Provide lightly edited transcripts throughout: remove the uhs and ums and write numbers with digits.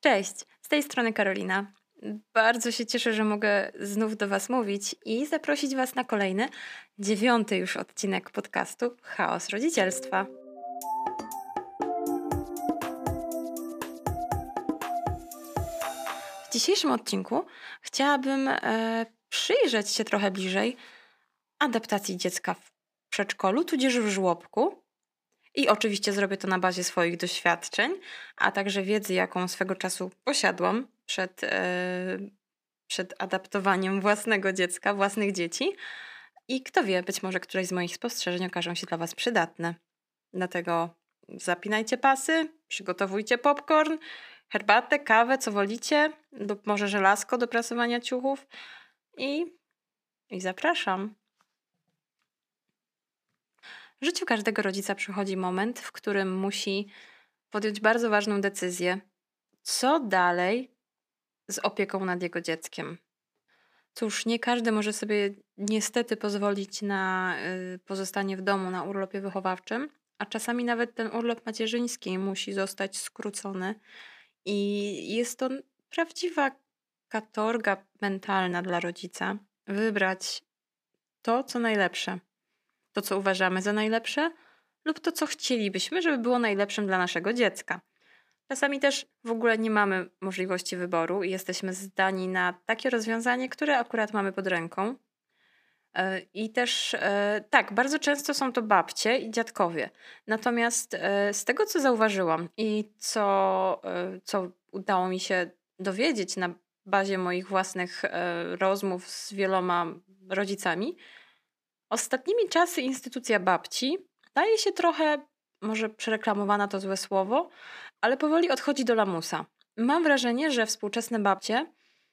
Cześć, z tej strony Karolina. Bardzo się cieszę, że mogę znów do Was mówić i zaprosić Was na kolejny, 9. już odcinek podcastu Chaos Rodzicielstwa. W dzisiejszym odcinku chciałabym przyjrzeć się trochę bliżej adaptacji dziecka w przedszkolu, tudzież w żłobku. I oczywiście zrobię to na bazie swoich doświadczeń, a także wiedzy, jaką swego czasu posiadłam przed adaptowaniem własnego dziecka, własnych dzieci. I kto wie, być może któreś z moich spostrzeżeń okażą się dla Was przydatne. Dlatego zapinajcie pasy, przygotowujcie popcorn, herbatę, kawę, co wolicie, lub może żelazko do prasowania ciuchów i zapraszam. W życiu każdego rodzica przychodzi moment, w którym musi podjąć bardzo ważną decyzję, co dalej z opieką nad jego dzieckiem. Cóż, nie każdy może sobie niestety pozwolić na pozostanie w domu na urlopie wychowawczym, a czasami nawet ten urlop macierzyński musi zostać skrócony i jest to prawdziwa katorga mentalna dla rodzica. Wybrać to, co najlepsze. To, co uważamy za najlepsze lub to, co chcielibyśmy, żeby było najlepszym dla naszego dziecka. Czasami też w ogóle nie mamy możliwości wyboru i jesteśmy zdani na takie rozwiązanie, które akurat mamy pod ręką. I też tak, bardzo często są to babcie i dziadkowie. Natomiast z tego, co zauważyłam i co udało mi się dowiedzieć na bazie moich własnych rozmów z wieloma rodzicami, ostatnimi czasy instytucja babci staje się trochę, może przereklamowana to złe słowo, ale powoli odchodzi do lamusa. Mam wrażenie, że współczesne babcie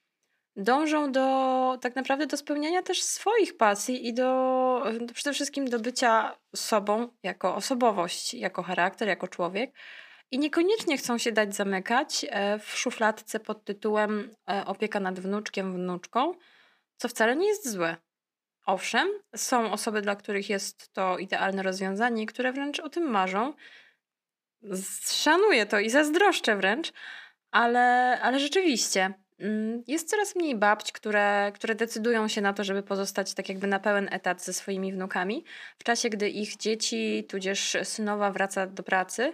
dążą tak naprawdę do spełniania też swoich pasji i przede wszystkim do bycia sobą jako osobowość, jako charakter, jako człowiek. I niekoniecznie chcą się dać zamykać w szufladce pod tytułem opieka nad wnuczkiem, wnuczką, co wcale nie jest złe. Owszem, są osoby, dla których jest to idealne rozwiązanie, które wręcz o tym marzą. Szanuję to i zazdroszczę wręcz, ale rzeczywiście jest coraz mniej babć, które decydują się na to, żeby pozostać tak jakby na pełen etat ze swoimi wnukami, w czasie, gdy ich dzieci, tudzież synowa wraca do pracy.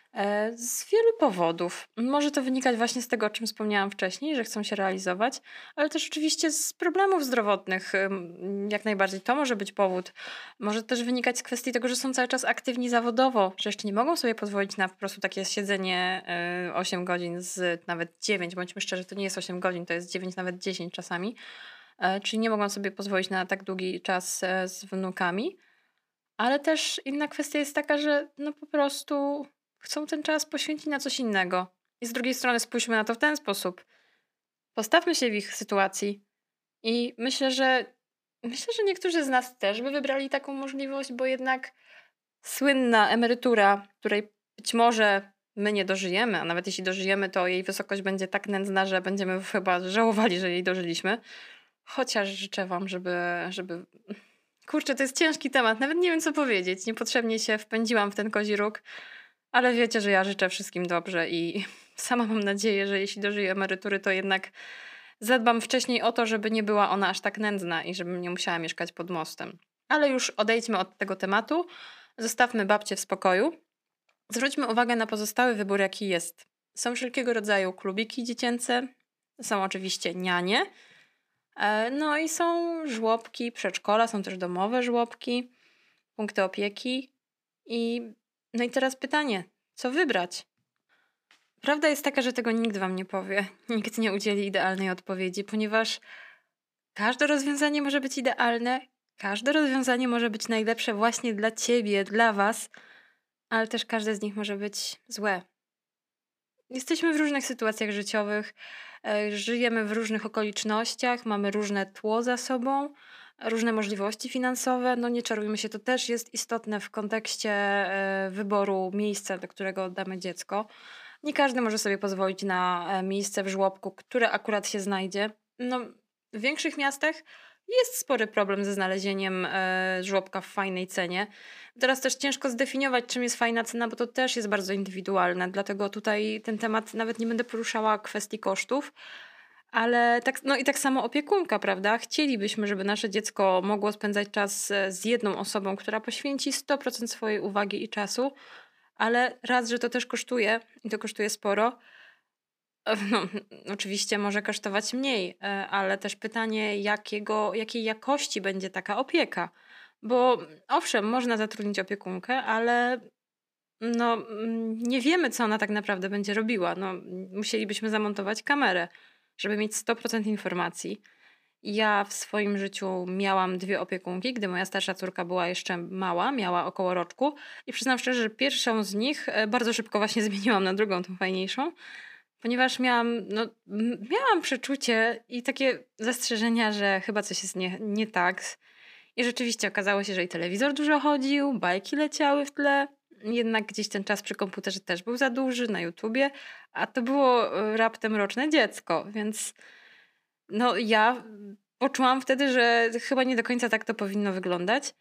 Z wielu powodów. Może to wynikać właśnie z tego, o czym wspomniałam wcześniej, że chcą się realizować, ale też oczywiście z problemów zdrowotnych. Jak najbardziej to może być powód. Może też wynikać z kwestii tego, że są cały czas aktywni zawodowo, że jeszcze nie mogą sobie pozwolić na po prostu takie siedzenie 8 godzin nawet 9. Bądźmy szczerzy, to nie jest 8 godzin, to jest 9, nawet 10 czasami. Czyli nie mogą sobie pozwolić na tak długi czas z wnukami. Ale też inna kwestia jest taka, że no po prostu chcą ten czas poświęcić na coś innego. I z drugiej strony spójrzmy na to w ten sposób. Postawmy się w ich sytuacji i myślę, że niektórzy z nas też by wybrali taką możliwość, bo jednak słynna emerytura, której być może my nie dożyjemy, a nawet jeśli dożyjemy, to jej wysokość będzie tak nędzna, że będziemy chyba żałowali, że jej dożyliśmy. Chociaż życzę wam, żeby... Kurczę, to jest ciężki temat, nawet nie wiem, co powiedzieć. Niepotrzebnie się wpędziłam w ten kozi róg. Ale wiecie, że ja życzę wszystkim dobrze i sama mam nadzieję, że jeśli dożyję emerytury, to jednak zadbam wcześniej o to, żeby nie była ona aż tak nędzna i żebym nie musiała mieszkać pod mostem. Ale już odejdźmy od tego tematu. Zostawmy babcię w spokoju. Zwróćmy uwagę na pozostały wybór, jaki jest. Są wszelkiego rodzaju klubiki dziecięce, są oczywiście nianie, no i są żłobki, przedszkola, są też domowe żłobki, punkty opieki no i teraz pytanie, co wybrać? Prawda jest taka, że tego nikt wam nie powie. Nikt nie udzieli idealnej odpowiedzi, ponieważ każde rozwiązanie może być idealne, każde rozwiązanie może być najlepsze właśnie dla ciebie, dla was, ale też każde z nich może być złe. Jesteśmy w różnych sytuacjach życiowych, żyjemy w różnych okolicznościach, mamy różne tło za sobą, różne możliwości finansowe. No nie czarujmy się, to też jest istotne w kontekście wyboru miejsca, do którego oddamy dziecko. Nie każdy może sobie pozwolić na miejsce w żłobku, które akurat się znajdzie. No, w większych miastach jest spory problem ze znalezieniem żłobka w fajnej cenie. Teraz też ciężko zdefiniować, czym jest fajna cena, bo to też jest bardzo indywidualne, dlatego tutaj ten temat nawet nie będę poruszała kwestii kosztów. Ale tak, no i tak samo opiekunka, prawda? Chcielibyśmy, żeby nasze dziecko mogło spędzać czas z jedną osobą, która poświęci 100% swojej uwagi i czasu, ale raz, że to też kosztuje i to kosztuje sporo. No, oczywiście może kosztować mniej, ale też pytanie, jakiej jakości będzie taka opieka. Bo owszem, można zatrudnić opiekunkę, ale no, nie wiemy, co ona tak naprawdę będzie robiła. No, musielibyśmy zamontować kamerę, żeby mieć 100% informacji. Ja w swoim życiu miałam 2 opiekunki, gdy moja starsza córka była jeszcze mała, miała około roczku i przyznam szczerze, że pierwszą z nich, bardzo szybko właśnie zmieniłam na drugą, tą fajniejszą, ponieważ miałam przeczucie i takie zastrzeżenia, że chyba coś jest nie tak. I rzeczywiście okazało się, że i telewizor dużo chodził, bajki leciały w tle, jednak gdzieś ten czas przy komputerze też był za duży, na YouTubie, a to było, raptem roczne dziecko, więc no ja poczułam wtedy, że chyba nie do końca tak to powinno wyglądać.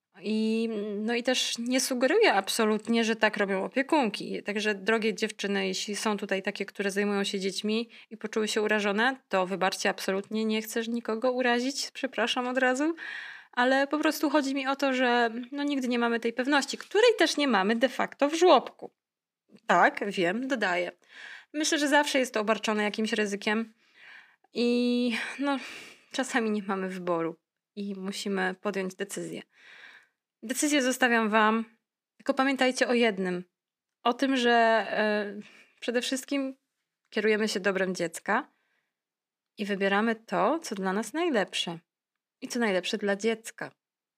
No i też nie sugeruję absolutnie, że tak robią opiekunki. Także drogie dziewczyny, jeśli są tutaj takie, które zajmują się dziećmi i poczuły się urażone, to wybaczcie, absolutnie nie chcesz nikogo urazić, przepraszam od razu, ale po prostu chodzi mi o to, że no nigdy nie mamy tej pewności, której też nie mamy de facto w żłobku. Tak, wiem, dodaję. Myślę, że zawsze jest to obarczone jakimś ryzykiem i no czasami nie mamy wyboru i musimy podjąć decyzję. Decyzję zostawiam wam, tylko pamiętajcie o jednym. O tym, że przede wszystkim kierujemy się dobrem dziecka i wybieramy to, co dla nas najlepsze i co najlepsze dla dziecka.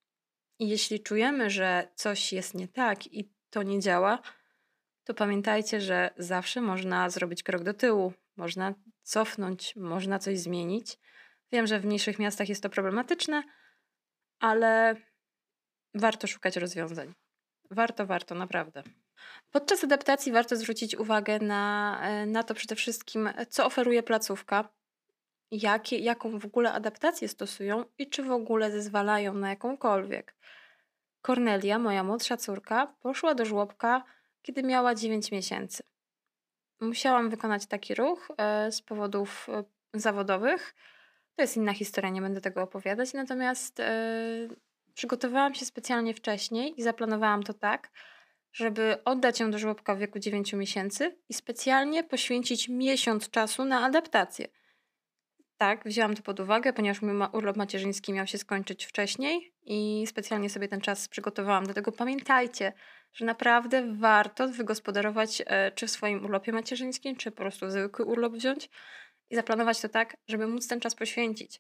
I jeśli czujemy, że coś jest nie tak i to nie działa, to pamiętajcie, że zawsze można zrobić krok do tyłu, można cofnąć, można coś zmienić. Wiem, że w mniejszych miastach jest to problematyczne, ale warto szukać rozwiązań. Warto, naprawdę. Podczas adaptacji warto zwrócić uwagę na to przede wszystkim, co oferuje placówka, jaką w ogóle adaptację stosują i czy w ogóle zezwalają na jakąkolwiek. Kornelia, moja młodsza córka, poszła do żłobka, kiedy miała 9 miesięcy. Musiałam wykonać taki ruch z powodów zawodowych. To jest inna historia, nie będę tego opowiadać. Natomiast przygotowałam się specjalnie wcześniej i zaplanowałam to tak, żeby oddać ją do żłobka w wieku 9 miesięcy i specjalnie poświęcić miesiąc czasu na adaptację. Tak, wzięłam to pod uwagę, ponieważ mój urlop macierzyński miał się skończyć wcześniej i specjalnie sobie ten czas przygotowałam. Dlatego pamiętajcie, że naprawdę warto wygospodarować czy w swoim urlopie macierzyńskim, czy po prostu zwykły urlop wziąć i zaplanować to tak, żeby móc ten czas poświęcić.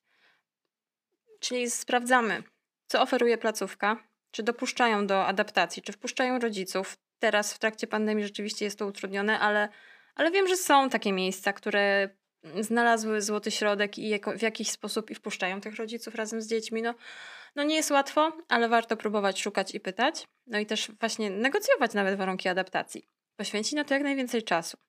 Czyli sprawdzamy, co oferuje placówka, czy dopuszczają do adaptacji, czy wpuszczają rodziców. Teraz w trakcie pandemii rzeczywiście jest to utrudnione, ale wiem, że są takie miejsca, które znalazły złoty środek i w jakiś sposób i wpuszczają tych rodziców razem z dziećmi. No nie jest łatwo, ale warto próbować szukać i pytać. No i też właśnie negocjować nawet warunki adaptacji. Poświęcić na to jak najwięcej czasu.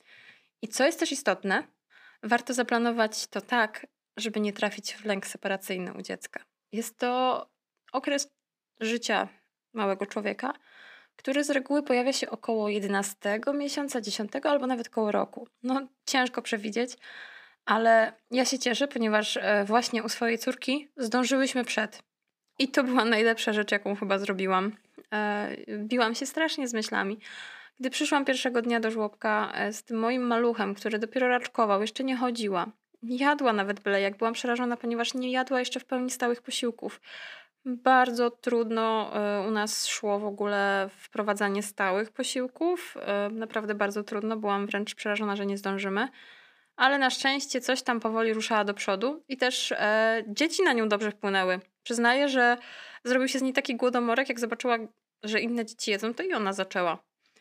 I co jest też istotne, warto zaplanować to tak, żeby nie trafić w lęk separacyjny u dziecka. Jest to okres życia małego człowieka, który z reguły pojawia się około 11 miesiąca, 10 albo nawet koło roku. No ciężko przewidzieć, ale ja się cieszę, ponieważ właśnie u swojej córki zdążyłyśmy przed. I to była najlepsza rzecz, jaką chyba zrobiłam. Biłam się strasznie z myślami. Gdy przyszłam pierwszego dnia do żłobka z tym moim maluchem, który dopiero raczkował, jeszcze nie chodziła. Nie jadła nawet byle jak. Byłam przerażona, ponieważ nie jadła jeszcze w pełni stałych posiłków. Bardzo trudno u nas szło w ogóle wprowadzanie stałych posiłków. Naprawdę bardzo trudno. Byłam wręcz przerażona, że nie zdążymy. Ale na szczęście coś tam powoli ruszała do przodu i też dzieci na nią dobrze wpłynęły. Przyznaję, że zrobił się z niej taki głodomorek, jak zobaczyła, że inne dzieci jedzą, to i ona zaczęła.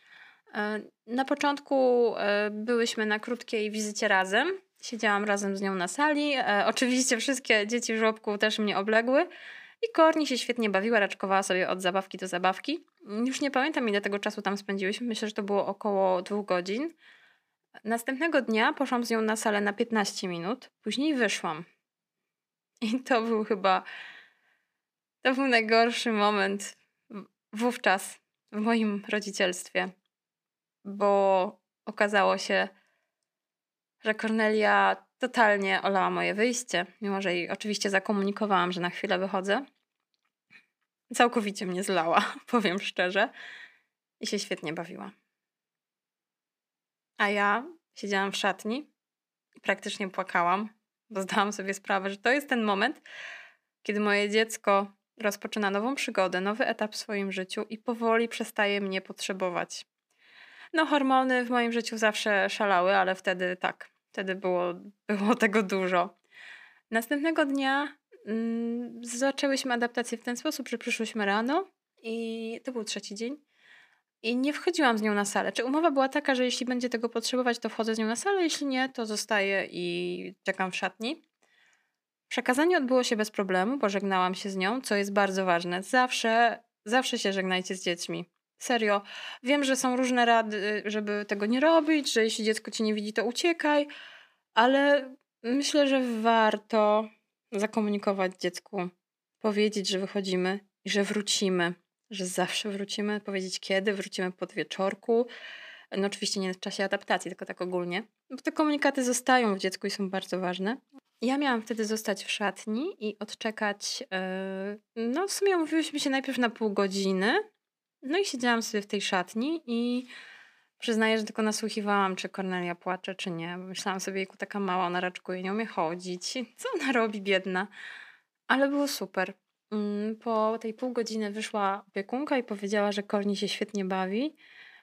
Na początku byłyśmy na krótkiej wizycie razem. Siedziałam razem z nią na sali. Oczywiście wszystkie dzieci w żłobku też mnie obległy. I Korni się świetnie bawiła, raczkowała sobie od zabawki do zabawki. Już nie pamiętam, ile tego czasu tam spędziłyśmy. Myślę, że to było około 2 godzin. Następnego dnia poszłam z nią na salę na 15 minut. Później wyszłam. I to był najgorszy moment wówczas w moim rodzicielstwie, bo okazało się, że Kornelia totalnie olała moje wyjście, mimo że jej oczywiście zakomunikowałam, że na chwilę wychodzę. Całkowicie mnie zlała, powiem szczerze, i się świetnie bawiła. A ja siedziałam w szatni i praktycznie płakałam, bo zdałam sobie sprawę, że to jest ten moment, kiedy moje dziecko rozpoczyna nową przygodę, nowy etap w swoim życiu i powoli przestaje mnie potrzebować. No, hormony w moim życiu zawsze szalały, ale wtedy tak, wtedy było tego dużo. Następnego dnia zaczęłyśmy adaptację w ten sposób, że przyszłyśmy rano i to był 3. dzień. I nie wchodziłam z nią na salę. Czy umowa była taka, że jeśli będzie tego potrzebować, to wchodzę z nią na salę, jeśli nie, to zostaję i czekam w szatni. Przekazanie odbyło się bez problemu, pożegnałam się z nią, co jest bardzo ważne. Zawsze się żegnajcie z dziećmi. Serio. Wiem, że są różne rady, żeby tego nie robić, że jeśli dziecko cię nie widzi, to uciekaj, ale myślę, że warto zakomunikować dziecku, powiedzieć, że wychodzimy i że wrócimy, że zawsze wrócimy, powiedzieć kiedy, wrócimy po wieczorku. No oczywiście nie w czasie adaptacji, tylko tak ogólnie, bo te komunikaty zostają w dziecku i są bardzo ważne. Ja miałam wtedy zostać w szatni i odczekać, no w sumie umówiłyśmy się najpierw na pół godziny, no i siedziałam sobie w tej szatni i przyznaję, że tylko nasłuchiwałam, czy Kornelia płacze, czy nie. Bo myślałam sobie, jejku, taka mała, ona raczkuje, nie umie chodzić. Co ona robi, biedna? Ale było super. Po tej pół godziny wyszła opiekunka i powiedziała, że Korni się świetnie bawi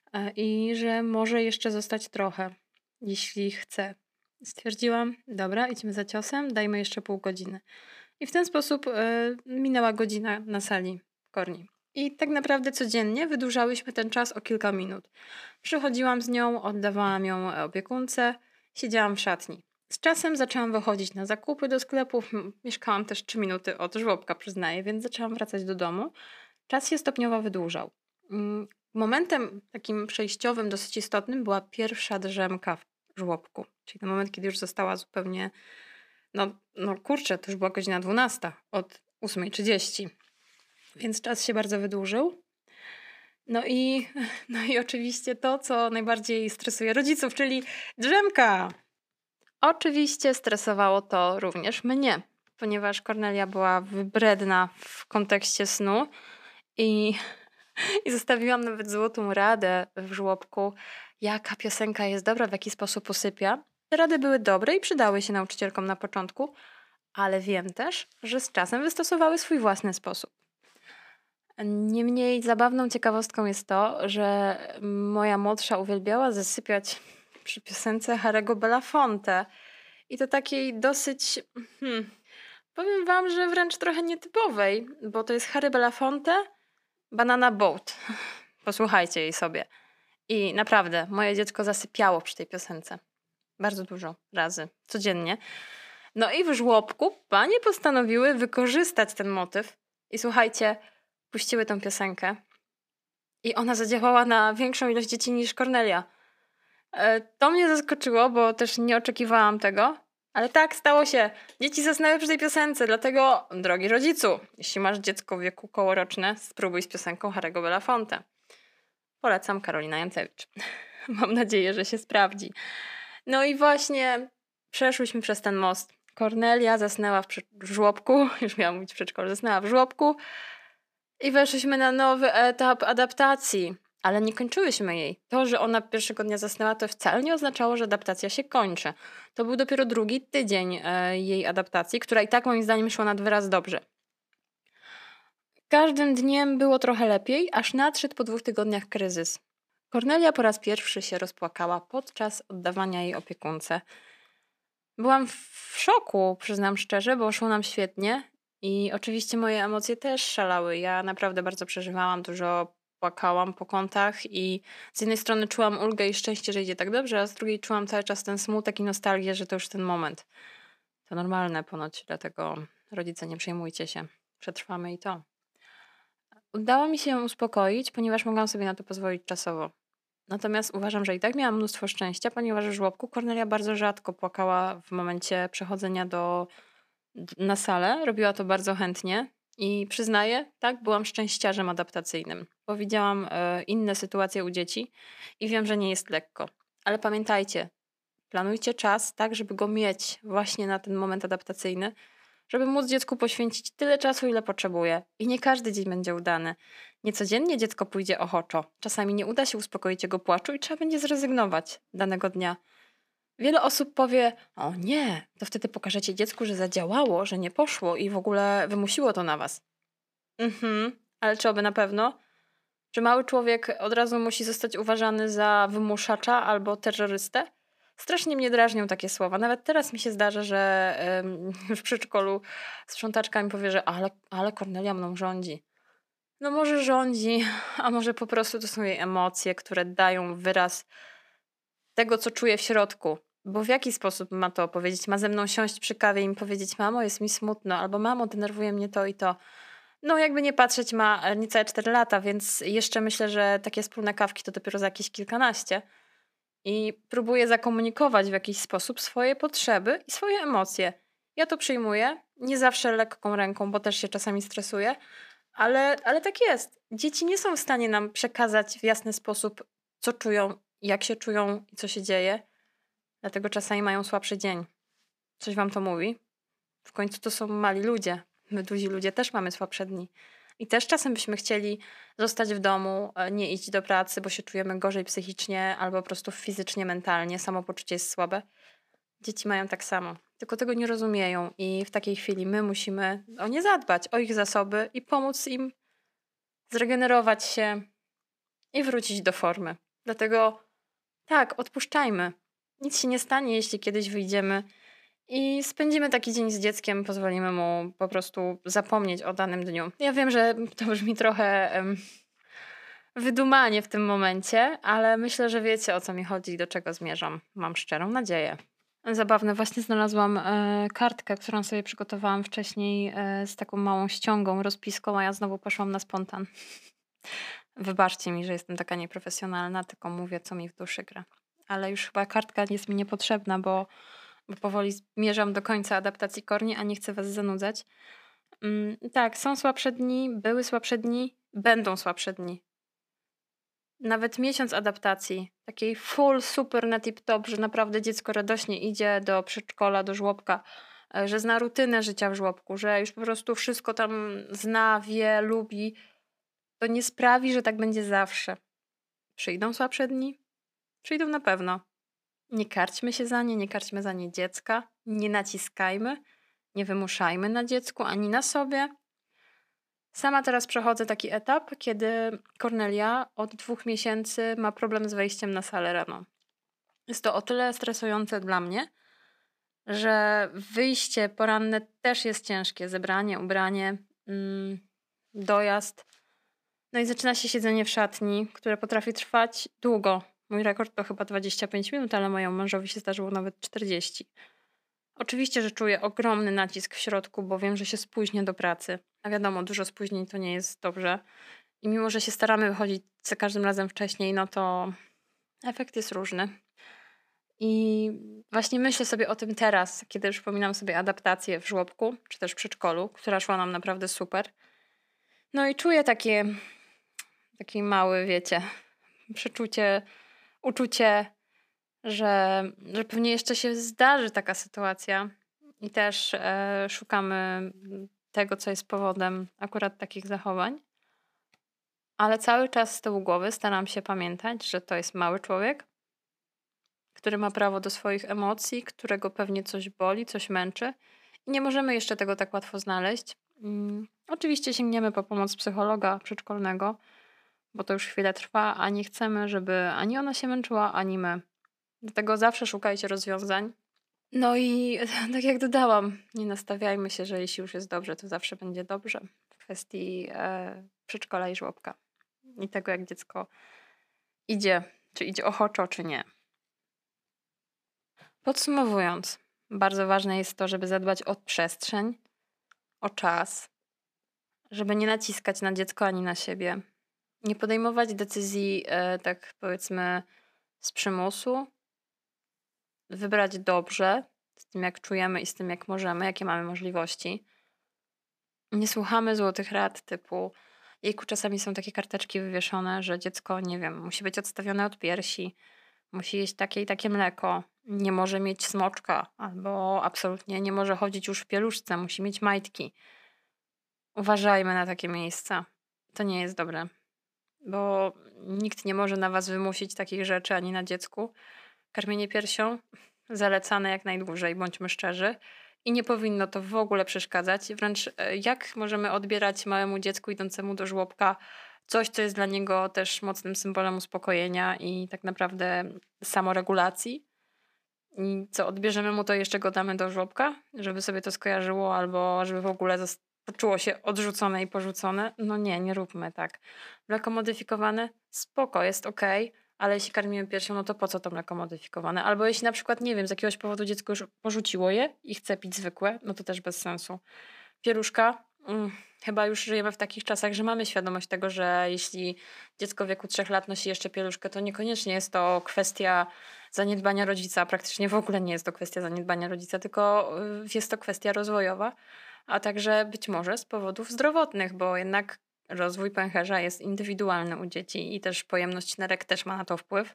i że może jeszcze zostać trochę, jeśli chce. Stwierdziłam, dobra, idźmy za ciosem, dajmy jeszcze pół godziny. I w ten sposób minęła godzina na sali Korni. I tak naprawdę codziennie wydłużałyśmy ten czas o kilka minut. Przychodziłam z nią, oddawałam ją opiekunce, siedziałam w szatni. Z czasem zaczęłam wychodzić na zakupy do sklepów. Mieszkałam też 3 minuty od żłobka, przyznaję, więc zaczęłam wracać do domu. Czas się stopniowo wydłużał. Momentem takim przejściowym, dosyć istotnym była pierwsza drzemka w żłobku. Czyli ten moment, kiedy już została zupełnie... No kurczę, to już była godzina 12 od 8:30. Więc czas się bardzo wydłużył. No i oczywiście to, co najbardziej stresuje rodziców, czyli drzemka. Oczywiście stresowało to również mnie, ponieważ Kornelia była wybredna w kontekście snu i zostawiłam nawet złotą radę w żłobku, jaka piosenka jest dobra, w jaki sposób usypia. Te rady były dobre i przydały się nauczycielkom na początku, ale wiem też, że z czasem wystosowały swój własny sposób. Niemniej zabawną ciekawostką jest to, że moja młodsza uwielbiała zasypiać przy piosence Harry'ego Belafonte. I to takiej dosyć, powiem wam, że wręcz trochę nietypowej, bo to jest Harry Belafonte, Banana Boat. Posłuchajcie jej sobie. I naprawdę, moje dziecko zasypiało przy tej piosence. Bardzo dużo razy, codziennie. No i w żłobku panie postanowiły wykorzystać ten motyw. I słuchajcie, puściły tą piosenkę. I ona zadziałała na większą ilość dzieci niż Kornelia. To mnie zaskoczyło, bo też nie oczekiwałam tego. Ale tak, stało się. Dzieci zasnęły przy tej piosence, dlatego, drogi rodzicu, jeśli masz dziecko w wieku kołoroczne, spróbuj z piosenką Harry'ego Belafonte. Polecam, Karolina Jancewicz. Mam nadzieję, że się sprawdzi. No i właśnie przeszłyśmy przez ten most. Kornelia zasnęła w żłobku, już miałam mówić w przedszkolu, zasnęła w żłobku i weszliśmy na nowy etap adaptacji. Ale nie kończyłyśmy jej. To, że ona pierwszego dnia zasnęła, to wcale nie oznaczało, że adaptacja się kończy. To był dopiero 2. tydzień jej adaptacji, która i tak moim zdaniem szła nad wyraz dobrze. Każdym dniem było trochę lepiej, aż nadszedł po 2 tygodniach kryzys. Kornelia po raz pierwszy się rozpłakała podczas oddawania jej opiekunce. Byłam w szoku, przyznam szczerze, bo szło nam świetnie i oczywiście moje emocje też szalały. Ja naprawdę bardzo przeżywałam, dużo płakałam po kątach i z jednej strony czułam ulgę i szczęście, że idzie tak dobrze, a z drugiej czułam cały czas ten smutek i nostalgię, że to już ten moment. To normalne ponoć, dlatego rodzice, nie przejmujcie się. Przetrwamy i to. Udało mi się ją uspokoić, ponieważ mogłam sobie na to pozwolić czasowo. Natomiast uważam, że i tak miałam mnóstwo szczęścia, ponieważ w żłobku Kornelia bardzo rzadko płakała w momencie przechodzenia do na salę, robiła to bardzo chętnie i przyznaję, tak, byłam szczęściarzem adaptacyjnym, bo widziałam inne sytuacje u dzieci i wiem, że nie jest lekko. Ale pamiętajcie, planujcie czas tak, żeby go mieć właśnie na ten moment adaptacyjny, żeby móc dziecku poświęcić tyle czasu, ile potrzebuje. I nie każdy dzień będzie udany. Nie codziennie dziecko pójdzie ochoczo. Czasami nie uda się uspokoić jego płaczu i trzeba będzie zrezygnować danego dnia. Wiele osób powie: o nie, to wtedy pokażecie dziecku, że zadziałało, że nie poszło i w ogóle wymusiło to na was. Ale czy oby na pewno? Czy mały człowiek od razu musi zostać uważany za wymuszacza albo terrorystę? Strasznie mnie drażnią takie słowa. Nawet teraz mi się zdarza, że w przedszkolu sprzątaczka mi powie, że ale Kornelia mną rządzi. No może rządzi, a może po prostu to są jej emocje, które dają wyraz tego, co czuje w środku. Bo w jaki sposób ma to powiedzieć? Ma ze mną siąść przy kawie i mi powiedzieć: mamo, jest mi smutno, albo mamo, denerwuje mnie to i to. No jakby nie patrzeć, ma niecałe 4 lata, więc jeszcze myślę, że takie wspólne kawki to dopiero za jakieś kilkanaście. I próbuje zakomunikować w jakiś sposób swoje potrzeby i swoje emocje. Ja to przyjmuję, nie zawsze lekką ręką, bo też się czasami stresuję, ale tak jest. Dzieci nie są w stanie nam przekazać w jasny sposób, co czują, jak się czują i co się dzieje. Dlatego czasami mają słabszy dzień. Coś wam to mówi? W końcu to są mali ludzie. My duzi ludzie też mamy słabsze dni. I też czasem byśmy chcieli zostać w domu, nie iść do pracy, bo się czujemy gorzej psychicznie albo po prostu fizycznie, mentalnie. Samopoczucie jest słabe. Dzieci mają tak samo. Tylko tego nie rozumieją i w takiej chwili my musimy o nie zadbać, o ich zasoby i pomóc im zregenerować się i wrócić do formy. Dlatego tak, odpuszczajmy. Nic się nie stanie, jeśli kiedyś wyjdziemy i spędzimy taki dzień z dzieckiem, pozwolimy mu po prostu zapomnieć o danym dniu. Ja wiem, że to brzmi trochę wydumanie w tym momencie, ale myślę, że wiecie, o co mi chodzi i do czego zmierzam. Mam szczerą nadzieję. Zabawne, właśnie znalazłam kartkę, którą sobie przygotowałam wcześniej z taką małą ściągą, rozpiską, a ja znowu poszłam na spontan. Wybaczcie mi, że jestem taka nieprofesjonalna, tylko mówię, co mi w duszy gra. Ale już chyba kartka jest mi niepotrzebna, bo powoli zmierzam do końca adaptacji Korni, a nie chcę was zanudzać. Tak, są słabsze dni, były słabsze dni, będą słabsze dni. Nawet miesiąc adaptacji, takiej full, super na tip-top, że naprawdę dziecko radośnie idzie do przedszkola, do żłobka, że zna rutynę życia w żłobku, że już po prostu wszystko tam zna, wie, lubi, to nie sprawi, że tak będzie zawsze. Przyjdą słabsze dni? Przyjdą na pewno. Nie karćmy się za nie, nie karćmy za nie dziecka, nie naciskajmy, nie wymuszajmy na dziecku ani na sobie. Sama teraz przechodzę taki etap, kiedy Kornelia od 2 miesięcy ma problem z wejściem na salę rano. Jest to o tyle stresujące dla mnie, że wyjście poranne też jest ciężkie. Zebranie, ubranie, dojazd. No i zaczyna się siedzenie w szatni, które potrafi trwać długo. Mój rekord to chyba 25 minut, ale mojemu mężowi się zdarzyło nawet 40. Oczywiście, że czuję ogromny nacisk w środku, bo wiem, że się spóźnię do pracy. A wiadomo, dużo spóźnień to nie jest dobrze. I mimo, że się staramy wychodzić za każdym razem wcześniej, no to efekt jest różny. I właśnie myślę sobie o tym teraz, kiedy przypominam sobie adaptację w żłobku, czy też w przedszkolu, która szła nam naprawdę super. No i czuję taki mały, wiecie, przeczucie, uczucie, że pewnie jeszcze się zdarzy taka sytuacja i też szukamy tego, co jest powodem akurat takich zachowań. Ale cały czas z tyłu głowy staram się pamiętać, że to jest mały człowiek, który ma prawo do swoich emocji, którego pewnie coś boli, coś męczy i nie możemy jeszcze tego tak łatwo znaleźć. Oczywiście sięgniemy po pomoc psychologa przedszkolnego, bo to już chwilę trwa, a nie chcemy, żeby ani ona się męczyła, ani my. Dlatego zawsze szukajcie rozwiązań. No i tak jak dodałam, nie nastawiajmy się, że jeśli już jest dobrze, to zawsze będzie dobrze w kwestii przedszkola i żłobka. I tego, jak dziecko idzie, czy idzie ochoczo, czy nie. Podsumowując, bardzo ważne jest to, żeby zadbać o przestrzeń, o czas, żeby nie naciskać na dziecko ani na siebie, nie podejmować decyzji, tak powiedzmy, z przymusu, wybrać dobrze, z tym, jak czujemy i z tym, jak możemy, jakie mamy możliwości. Nie słuchamy złotych rad typu jejku, czasami są takie karteczki wywieszone, że dziecko, nie wiem, musi być odstawione od piersi, musi jeść takie i takie mleko, nie może mieć smoczka, albo absolutnie nie może chodzić już w pieluszce, musi mieć majtki. Uważajmy na takie miejsca. To nie jest dobre, bo nikt nie może na was wymusić takich rzeczy ani na dziecku. Karmienie piersią zalecane jak najdłużej, bądźmy szczerzy. I nie powinno to w ogóle przeszkadzać. Wręcz jak możemy odbierać małemu dziecku idącemu do żłobka coś, co jest dla niego też mocnym symbolem uspokojenia i tak naprawdę samoregulacji. I co, odbierzemy mu to i jeszcze go damy do żłobka, żeby sobie to skojarzyło albo żeby w ogóle poczuło się odrzucone i porzucone? No nie, nie róbmy tak. Mleko modyfikowane? Spoko, jest okej, ale jeśli karmimy piersią, no to po co to mleko modyfikowane? Albo jeśli na przykład, nie wiem, z jakiegoś powodu dziecko już porzuciło je i chce pić zwykłe, no to też bez sensu. Pieluszka? Chyba już żyjemy w takich czasach, że mamy świadomość tego, że jeśli dziecko w wieku 3 lat nosi jeszcze pieluszkę, to niekoniecznie jest to kwestia zaniedbania rodzica. Praktycznie w ogóle nie jest to kwestia zaniedbania rodzica, tylko jest to kwestia rozwojowa, a także być może z powodów zdrowotnych, bo jednak rozwój pęcherza jest indywidualny u dzieci i też pojemność nerek też ma na to wpływ.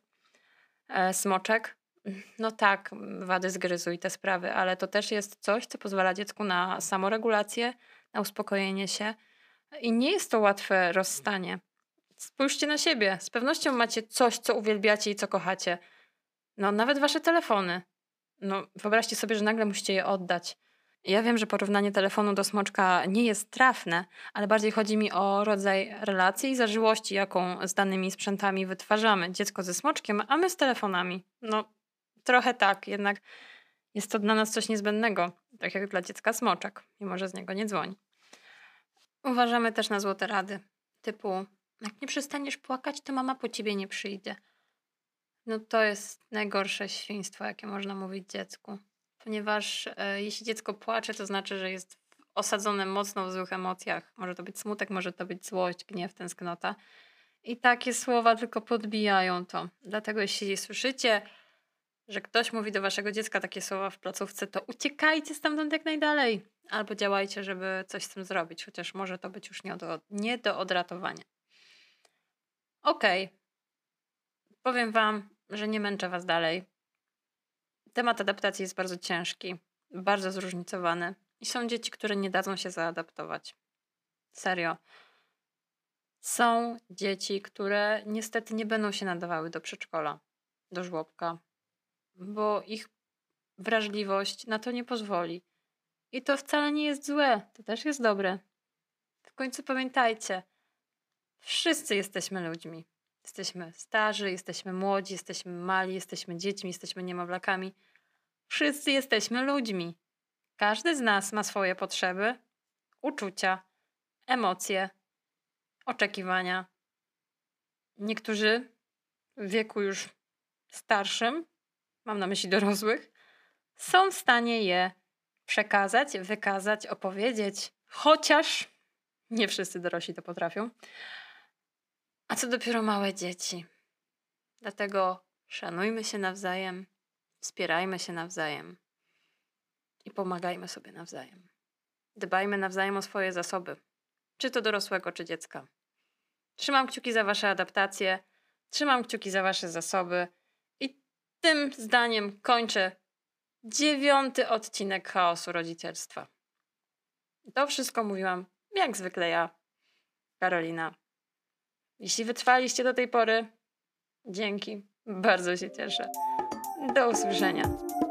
Smoczek? No tak, wady zgryzu i te sprawy, ale to też jest coś, co pozwala dziecku na samoregulację, na uspokojenie się i nie jest to łatwe rozstanie. Spójrzcie na siebie. Z pewnością macie coś, co uwielbiacie i co kochacie. No, nawet wasze telefony. No, wyobraźcie sobie, że nagle musicie je oddać. Ja wiem, że porównanie telefonu do smoczka nie jest trafne, ale bardziej chodzi mi o rodzaj relacji i zażyłości, jaką z danymi sprzętami wytwarzamy. Dziecko ze smoczkiem, a my z telefonami. No, trochę tak, jednak jest to dla nas coś niezbędnego, tak jak dla dziecka smoczek, mimo że z niego nie dzwoni. Uważamy też na złote rady, typu jak nie przestaniesz płakać, to mama po ciebie nie przyjdzie. No to jest najgorsze świństwo, jakie można mówić dziecku. Ponieważ jeśli dziecko płacze, to znaczy, że jest osadzone mocno w złych emocjach. Może to być smutek, może to być złość, gniew, tęsknota. I takie słowa tylko podbijają to. Dlatego jeśli słyszycie, że ktoś mówi do waszego dziecka takie słowa w placówce, to uciekajcie stamtąd jak najdalej. Albo działajcie, żeby coś z tym zrobić, chociaż może to być już nie do odratowania. Okej. Powiem wam, że nie męczę was dalej. Temat adaptacji jest bardzo ciężki, bardzo zróżnicowany i są dzieci, które nie dadzą się zaadaptować. Serio. Są dzieci, które niestety nie będą się nadawały do przedszkola, do żłobka, bo ich wrażliwość na to nie pozwoli. I to wcale nie jest złe, to też jest dobre. W końcu pamiętajcie, wszyscy jesteśmy ludźmi. Jesteśmy starzy, jesteśmy młodzi, jesteśmy mali, jesteśmy dziećmi, jesteśmy niemowlakami. Wszyscy jesteśmy ludźmi. Każdy z nas ma swoje potrzeby, uczucia, emocje, oczekiwania. Niektórzy w wieku już starszym, mam na myśli dorosłych, są w stanie je przekazać, wykazać, opowiedzieć. Chociaż nie wszyscy dorośli to potrafią. A co dopiero małe dzieci. Dlatego szanujmy się nawzajem, wspierajmy się nawzajem i pomagajmy sobie nawzajem. Dbajmy nawzajem o swoje zasoby, czy to dorosłego, czy dziecka. Trzymam kciuki za wasze adaptacje, trzymam kciuki za wasze zasoby i tym zdaniem kończę 9. odcinek Chaosu Rodzicielstwa. To wszystko mówiłam, jak zwykle ja, Karolina. Jeśli wytrwaliście do tej pory, dzięki, bardzo się cieszę. Do usłyszenia.